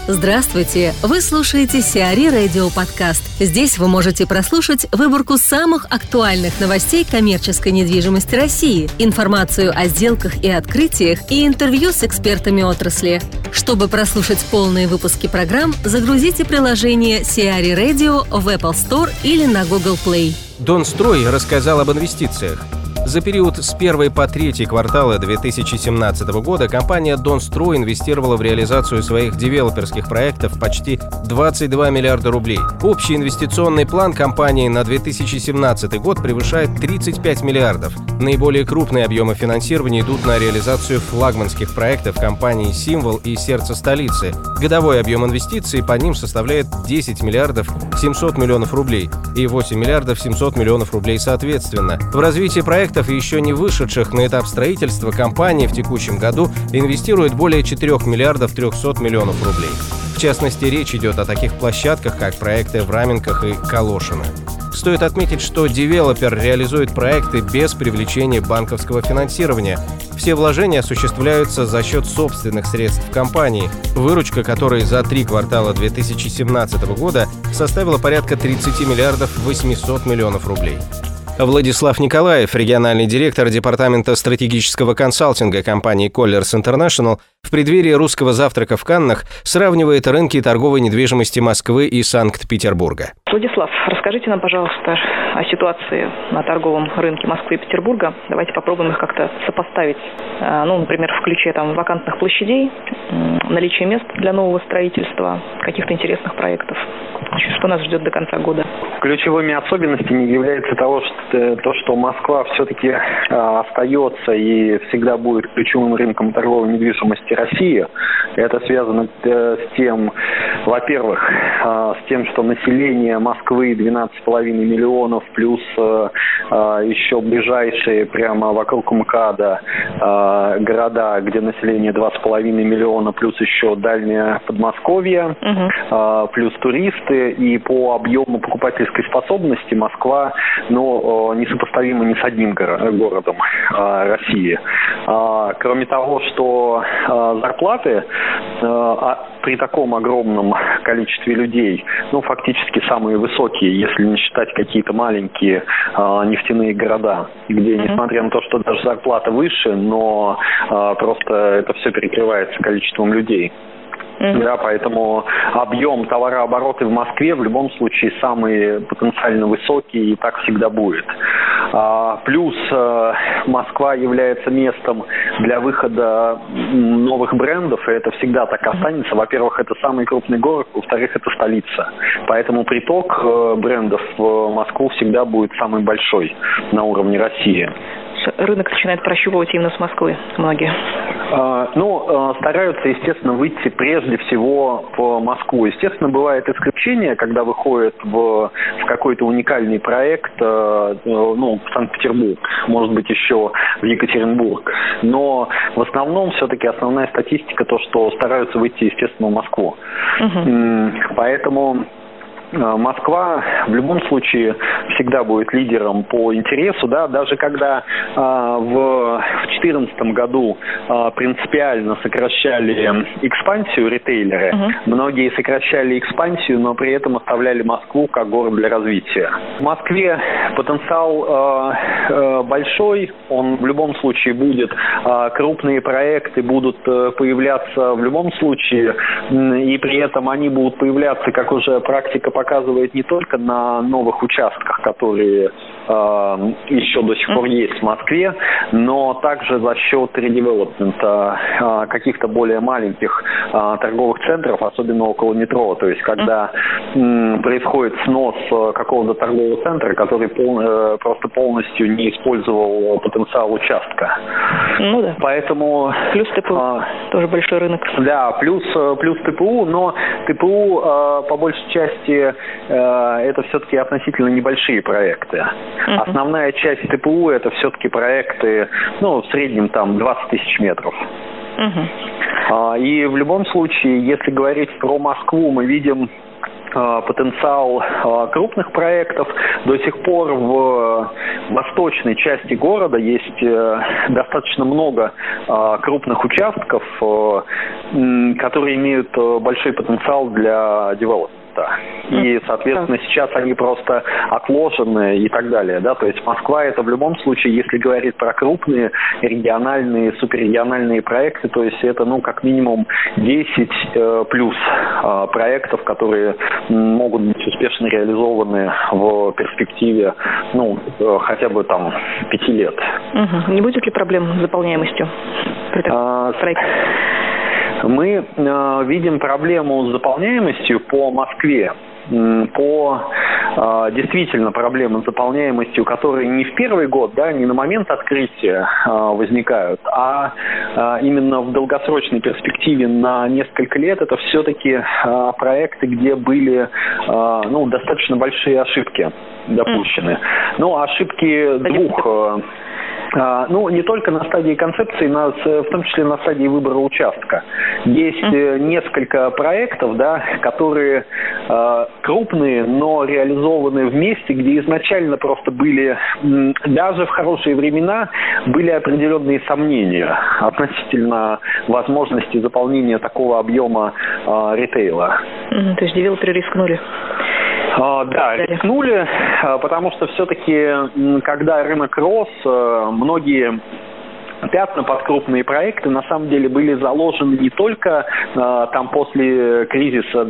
Здравствуйте! Вы слушаете Сиари Радио Подкаст. Здесь вы можете прослушать выборку самых актуальных новостей коммерческой недвижимости России, информацию о сделках и открытиях и интервью с экспертами отрасли. Чтобы прослушать полные выпуски программ, загрузите приложение Сиари Radio в Apple Store или на Google Play. Донстрой рассказал об инвестициях. За период с 1 по 3 кварталы 2017 года компания Донстрой инвестировала в реализацию своих девелоперских проектов почти 22 миллиарда рублей. Общий инвестиционный план компании на 2017 год превышает 35 миллиардов. Наиболее крупные объемы финансирования идут на реализацию флагманских проектов компаний «Символ» и «Сердце столицы». Годовой объем инвестиций по ним составляет 10 миллиардов 700 миллионов рублей и 8 миллиардов 700 миллионов рублей соответственно. В развитие проектов и еще не вышедших на этап строительства компания в текущем году инвестирует более 4 миллиардов 300 миллионов рублей. В частности, речь идет о таких площадках, как проекты в Раменках и Калошино. Стоит отметить, что девелопер реализует проекты без привлечения банковского финансирования. Все вложения осуществляются за счет собственных средств компании, выручка которой за 3 квартала 2017 года составила порядка 30 миллиардов 800 миллионов рублей. Владислав Николаев, региональный директор департамента стратегического консалтинга компании Colliers International, в преддверии русского завтрака в Каннах сравнивает рынки торговой недвижимости Москвы и Санкт-Петербурга. Владислав, расскажите нам, пожалуйста, о ситуации на торговом рынке Москвы и Петербурга. Давайте попробуем их как-то сопоставить. Например, в ключе вакантных площадей, наличие мест для нового строительства, каких-то интересных проектов. Что нас ждет до конца года? Ключевыми особенностями является то, что Москва все-таки остается и всегда будет ключевым рынком торговой недвижимости России. Это связано с тем, во-первых, с тем, что население Москвы 12,5 миллионов, плюс еще ближайшие прямо вокруг МКАДа города, где население 2,5 миллиона, плюс еще дальнее Подмосковье, плюс туристы. И по объему покупательской способности Москва, несопоставима ни с одним городом России. Кроме того, что зарплаты при таком огромном количестве людей, фактически самые высокие, если не считать какие-то маленькие нефтяные города, где, несмотря на то, что даже зарплата выше, но просто это все перекрывается количеством людей. Да, поэтому объем товарооборота в Москве в любом случае самый потенциально высокий, и так всегда будет. Плюс Москва является местом для выхода новых брендов, и это всегда так останется. Во-первых, это самый крупный город, во-вторых, это столица. Поэтому приток брендов в Москву всегда будет самый большой на уровне России. Рынок начинает прощупывать именно с Москвы многие. Стараются, естественно, выйти прежде всего в Москву. Естественно, бывает исключение, когда выходят в какой-то уникальный проект, в Санкт-Петербург, может быть, еще в Екатеринбург. Но в основном все-таки основная статистика то, что стараются выйти, естественно, в Москву. Поэтому Москва в любом случае всегда будет лидером по интересу, да, даже когда в 2014 году принципиально сокращали экспансию ритейлеры, многие сокращали экспансию, но при этом оставляли Москву как город для развития. В Москве потенциал большой, он в любом случае будет, крупные проекты будут появляться в любом случае, и при этом они будут появляться, как уже практика показывает, не только на новых участках, которые еще до сих пор есть в Москве, но также за счет редевелопмента каких-то более маленьких торговых центров, особенно около метро. То есть, когда происходит снос какого-то торгового центра, который просто полностью не использовал потенциал участка. Да. Поэтому... Плюс ТПУ. Тоже большой рынок. Да, плюс ТПУ, но ТПУ по большей части это все-таки относительно небольшие проекты. Основная часть ТПУ это все-таки проекты, в среднем 20 тысяч метров. И в любом случае, если говорить про Москву, мы видим потенциал крупных проектов. До сих пор в восточной части города есть достаточно много крупных участков, которые имеют большой потенциал для девелопмента. И, соответственно, сейчас они просто отложены и так далее. Да? То есть Москва — это в любом случае, если говорить про крупные региональные, суперрегиональные проекты, то есть это, как минимум 10 плюс проектов, которые могут быть успешно реализованы в перспективе, хотя бы 5 лет. Не будет ли проблем с заполняемостью при таком проекте? Мы видим проблему с заполняемостью по Москве, действительно проблемы с заполняемостью, которые не в первый год, не на момент открытия возникают, а именно в долгосрочной перспективе на несколько лет. Это все-таки проекты, где были достаточно большие ошибки допущены. Ошибки двух. Не только на стадии концепции, в том числе на стадии выбора участка. Есть несколько проектов, которые крупные, но реализованы в месте, где изначально просто были, даже в хорошие времена, были определенные сомнения относительно возможности заполнения такого объема ритейла. То есть девелоперы рискнули? Да, рискнули, потому что все-таки, когда рынок рос, многие пятна под крупные проекты на самом деле были заложены не только после кризиса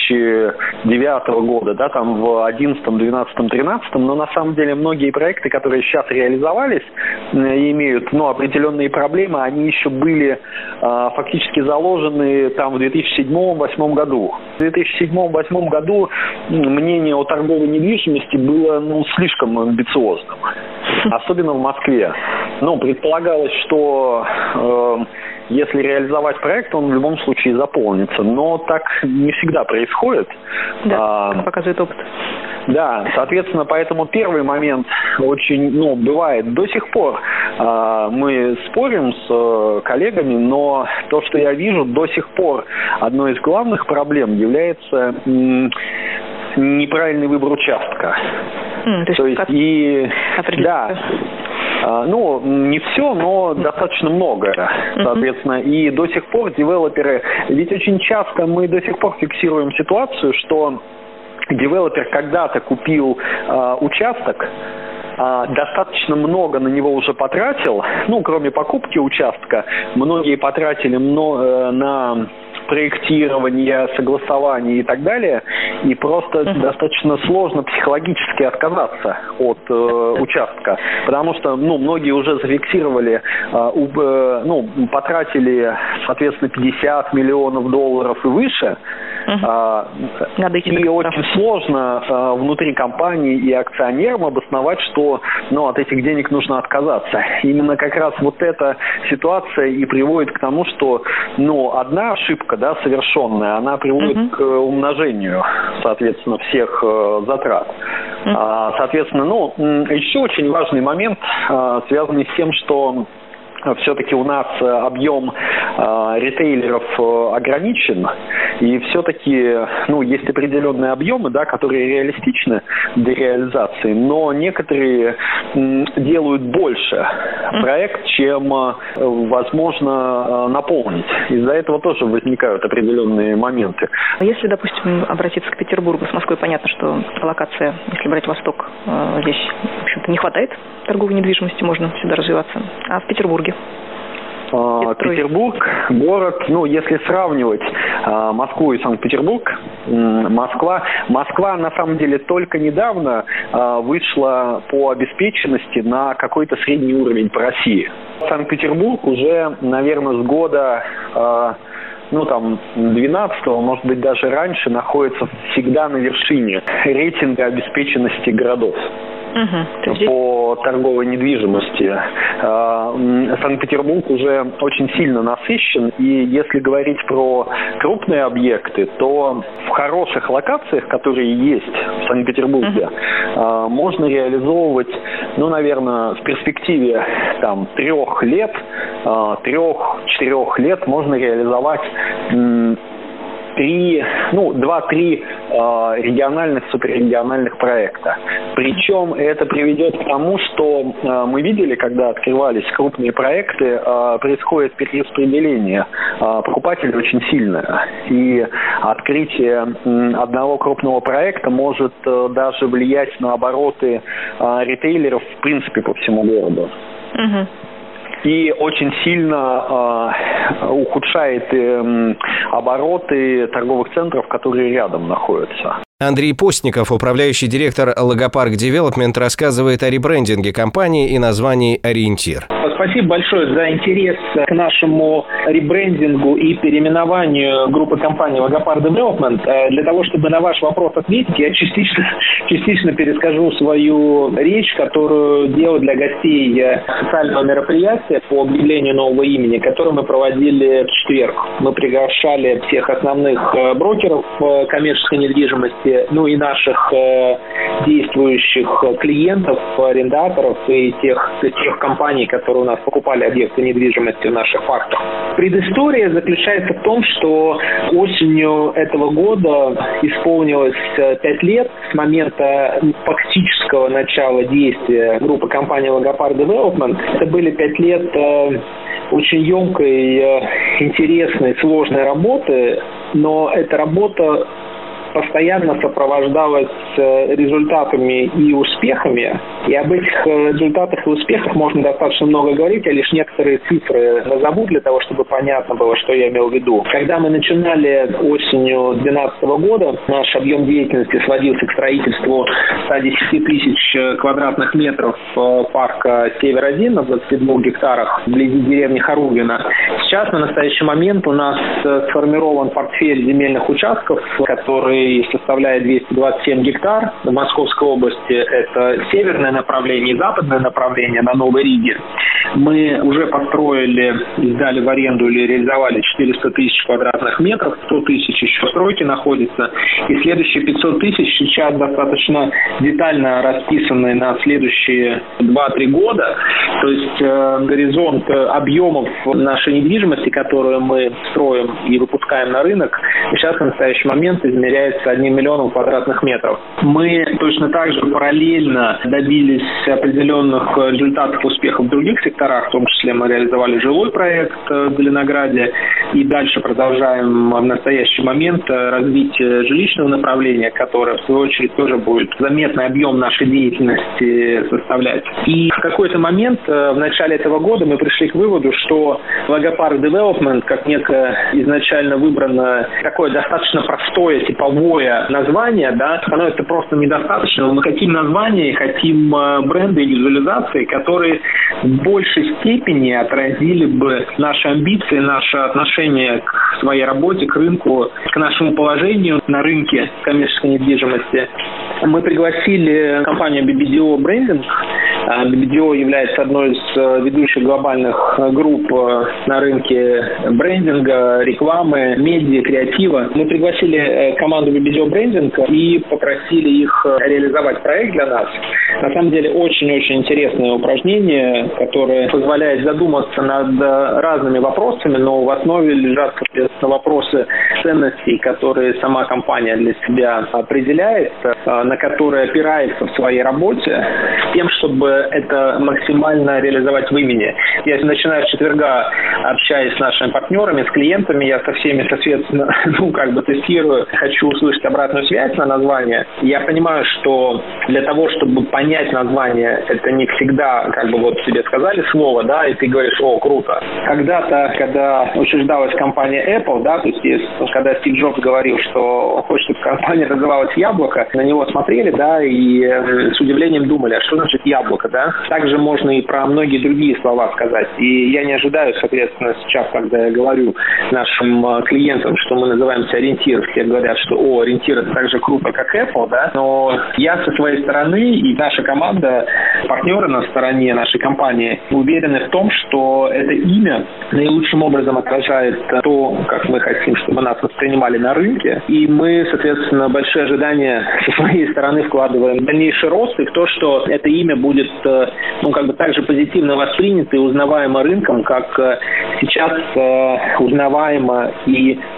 2009 года, в 2011, 2012, 2013, но на самом деле многие проекты, которые сейчас реализовались и имеют определенные проблемы, они еще были фактически заложены в 2007-2008 году. В 2007-2008 году мнение о торговой недвижимости было слишком амбициозным, особенно в Москве. Предполагалось, что если реализовать проект, он в любом случае заполнится. Но так не всегда происходит. Да, как показывает опыт. Да, соответственно, поэтому первый момент очень, бывает. До сих пор мы спорим с коллегами, но то, что я вижу, до сих пор одной из главных проблем является неправильный выбор участка. То есть да. Не все, но достаточно многое, соответственно. И до сих пор девелоперы... Ведь очень часто мы до сих пор фиксируем ситуацию, что девелопер когда-то купил участок, достаточно много на него уже потратил. Кроме покупки участка, многие потратили на проектирование, согласование и так далее, и просто достаточно сложно психологически отказаться от участка, потому что, многие уже зафиксировали, потратили, соответственно, 50 миллионов долларов и выше, и очень сложно внутри компании и акционерам обосновать, что, от этих денег нужно отказаться. Именно как раз вот эта ситуация и приводит к тому, что, одна ошибка, совершенная, она приводит к умножению, соответственно, всех затрат. Соответственно, еще очень важный момент, связанный с тем, что все-таки у нас объем ритейлеров ограничен, и все-таки есть определенные объемы, которые реалистичны для реализации, но некоторые делают больше проект, чем возможно наполнить. Из-за этого тоже возникают определенные моменты. Если, допустим, обратиться к Петербургу, с Москвой понятно, что локация, если брать Восток, здесь, в общем-то, не хватает торговой недвижимости, можно сюда развиваться. А в Петербурге? Петербург, город, если сравнивать Москву и Санкт-Петербург, Москва на самом деле только недавно вышла по обеспеченности на какой-то средний уровень по России. Санкт-Петербург уже, наверное, с года 12-го, может быть, даже раньше, находится всегда на вершине рейтинга обеспеченности городов. По торговой недвижимости. Санкт-Петербург уже очень сильно насыщен, и если говорить про крупные объекты, то в хороших локациях, которые есть в Санкт-Петербурге, можно реализовывать, наверное, в перспективе 3-4 лет можно реализовать 2-3 региональных, суперрегиональных проекта. Причем это приведет к тому, что мы видели, когда открывались крупные проекты, происходит перераспределение покупателей очень сильное. И открытие одного крупного проекта может даже влиять на обороты ритейлеров в принципе по всему городу. И очень сильно ухудшает обороты торговых центров, которые рядом находятся. Андрей Постников, управляющий директор Логопарк Девелопмент, рассказывает о ребрендинге компании и названии «Ориентир». Спасибо большое за интерес к нашему ребрендингу и переименованию группы компаний Логопарк Девелопмент. Для того, чтобы на ваш вопрос ответить, я частично перескажу свою речь, которую делал для гостей социального мероприятия по объявлению нового имени, которое мы проводили в четверг. Мы приглашали всех основных брокеров коммерческой недвижимости, и наших действующих клиентов, арендаторов и тех компаний, которые у нас покупали объекты недвижимости в наших парках. Предыстория заключается в том, что осенью этого года исполнилось 5 лет с момента фактического начала действия группы компании Логопарк Девелопмент. Это были 5 лет очень емкой, интересной, сложной работы, но эта работа постоянно сопровождалась результатами и успехами. И об этих результатах и успехах можно достаточно много говорить, я лишь некоторые цифры назову для того, чтобы понятно было, что я имел в виду. Когда мы начинали осенью 2012 года, наш объем деятельности сводился к строительству 110 тысяч квадратных метров парка «Север-1» на 22 гектарах вблизи деревни Харугина. Сейчас, на настоящий момент, у нас сформирован портфель земельных участков, который составляет 227 гектар. В Московской области это северное направление и западное направление на Новой Риге. Мы уже построили, сдали в аренду или реализовали 400 тысяч квадратных метров, 100 тысяч еще в стройке находится. И следующие 500 тысяч сейчас достаточно детально расписаны на следующие 2-3 года. То есть горизонт объемов нашей недвижимости, которую мы строим и выпускаем на рынок, сейчас в настоящий момент измеряется 1 миллионом квадратных метров. Мы точно так же параллельно добились определенных результатов, успехов в других секторах, в том числе мы реализовали жилой проект в Зеленограде и дальше продолжаем в настоящий момент развитие жилищного направления, которое, в свою очередь, тоже будет заметный объем нашей деятельности составлять. И в какой-то момент, в начале этого года, мы пришли к выводу, что Логопарк Девелопмент, как некое изначально выбранное такое достаточно простое, типовое название, становится просто недостаточно. Мы хотим название, хотим бренды и визуализации, которые в большей степени отразили бы наши амбиции, наше отношение к своей работе, к рынку, к нашему положению на рынке коммерческой недвижимости. Мы пригласили компанию BBDO Branding. BBDO является одной из ведущих глобальных групп на рынке брендинга, рекламы, медиа, креатива. Мы пригласили команду BBDO Branding и попросили их реализовать проект для нас. На самом деле очень-очень интересное упражнение, которое позволяет задуматься над разными вопросами, но в основе лежат, соответственно, вопросы ценностей, которые сама компания для себя определяет, на которые опирается в своей работе, с тем, чтобы это максимально реализовать в имени. Я начинаю с четверга, общаясь с нашими партнерами, с клиентами, я со всеми, соответственно, тестирую, хочу услышать обратную связь на название. Я понимаю, что для того, чтобы понять название, это не всегда, тебе сказали слово, и ты говоришь, круто. Когда-то, когда учреждалась компания Apple, то есть, когда Стив Джобс говорил, что он хочет, чтобы компания называлась «Яблоко», на него смотрели, и с удивлением думали, а что значит «Яблоко», Также можно и про многие другие слова сказать. И я не ожидаю, соответственно, сейчас, когда я говорю нашим клиентам, что мы называемся «Ориентир», все говорят, что «Ориентир» — это так же круто, как Apple, но я со своей стороны и наша команда, партнеры на стороне нашей компании, уверены в том, что это имя наилучшим образом отражает то, как мы хотим, чтобы нас воспринимали на рынке. И мы, соответственно, большие ожидания со своей стороны вкладываем в дальнейший рост и в то, что это имя будет так же позитивно воспринято и узнаваемо рынком, как сейчас узнаваемо и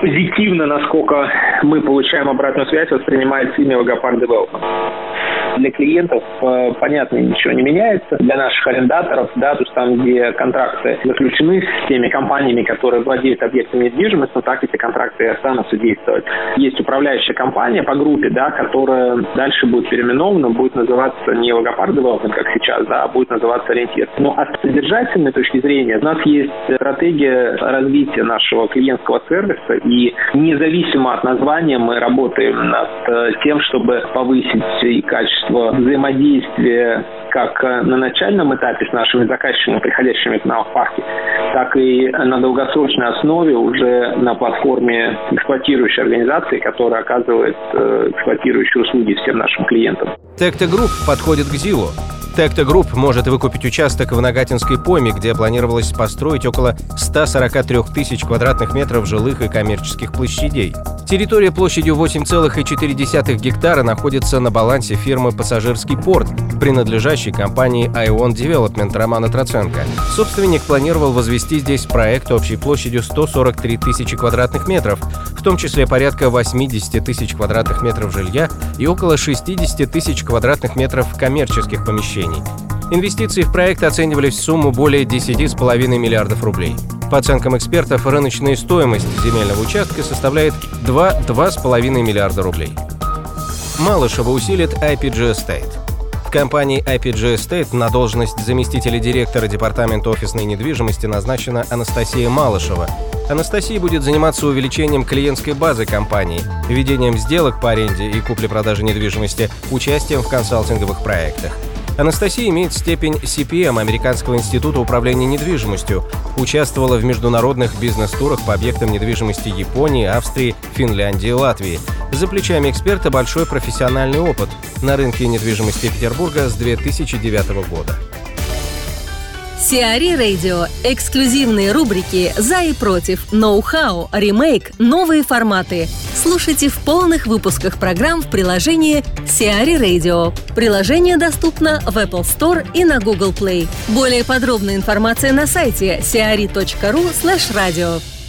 позитивно, насколько мы получаем обратную связь, воспринимает Симео Гопард Девелопмент. Для клиентов, понятно, ничего не меняется. Для наших арендаторов, да, то есть там, где контракты заключены с теми компаниями, которые владеют объектами недвижимости, так эти контракты останутся действовать. Есть управляющая компания по группе, да, которая дальше будет переименована, будет называться не Гопард Девелопмент, как сейчас, да, а будет называться Ориентир. Но от содержательной точки зрения у нас есть стратегия развития нашего клиентского сервиса, и независимо от названия мы работаем над тем, чтобы повысить и качество взаимодействия как на начальном этапе с нашими заказчиками, приходящими к нам в парке, так и на долгосрочной основе уже на платформе эксплуатирующей организации, которая оказывает эксплуатирующие услуги всем нашим клиентам. Tecta Group подходит к ЗИЛу. Tecta Group может выкупить участок в Нагатинской пойме, где планировалось построить около 143 тысяч квадратных метров жилых и коммерческих площадей. Территория площадью 8,4 гектара находится на балансе фирмы «Пассажирский порт», принадлежащей компании Ion Development Романа Троценко. Собственник планировал возвести здесь проект общей площадью 143 тысячи квадратных метров, в том числе порядка 80 тысяч квадратных метров жилья и около 60 тысяч квадратных метров коммерческих помещений. Инвестиции в проект оценивались в сумму более 10,5 миллиардов рублей. По оценкам экспертов, рыночная стоимость земельного участка составляет 2,5 миллиарда рублей. Малышева усилит IPG Estate. В компании IPG Estate на должность заместителя директора департамента офисной недвижимости назначена Анастасия Малышева. Анастасия будет заниматься увеличением клиентской базы компании, ведением сделок по аренде и купле-продаже недвижимости, участием в консалтинговых проектах. Анастасия имеет степень CPM Американского института управления недвижимостью, участвовала в международных бизнес-турах по объектам недвижимости Японии, Австрии, Финляндии и Латвии. За плечами эксперта большой профессиональный опыт на рынке недвижимости Петербурга с 2009 года. Сиари Radio. Эксклюзивные рубрики «За и против», «Ноу-хау», «Ремейк», «Новые форматы». Слушайте в полных выпусках программ в приложении Сиари Radio. Приложение доступно в Apple Store и на Google Play. Более подробная информация на сайте siari.ru/radio.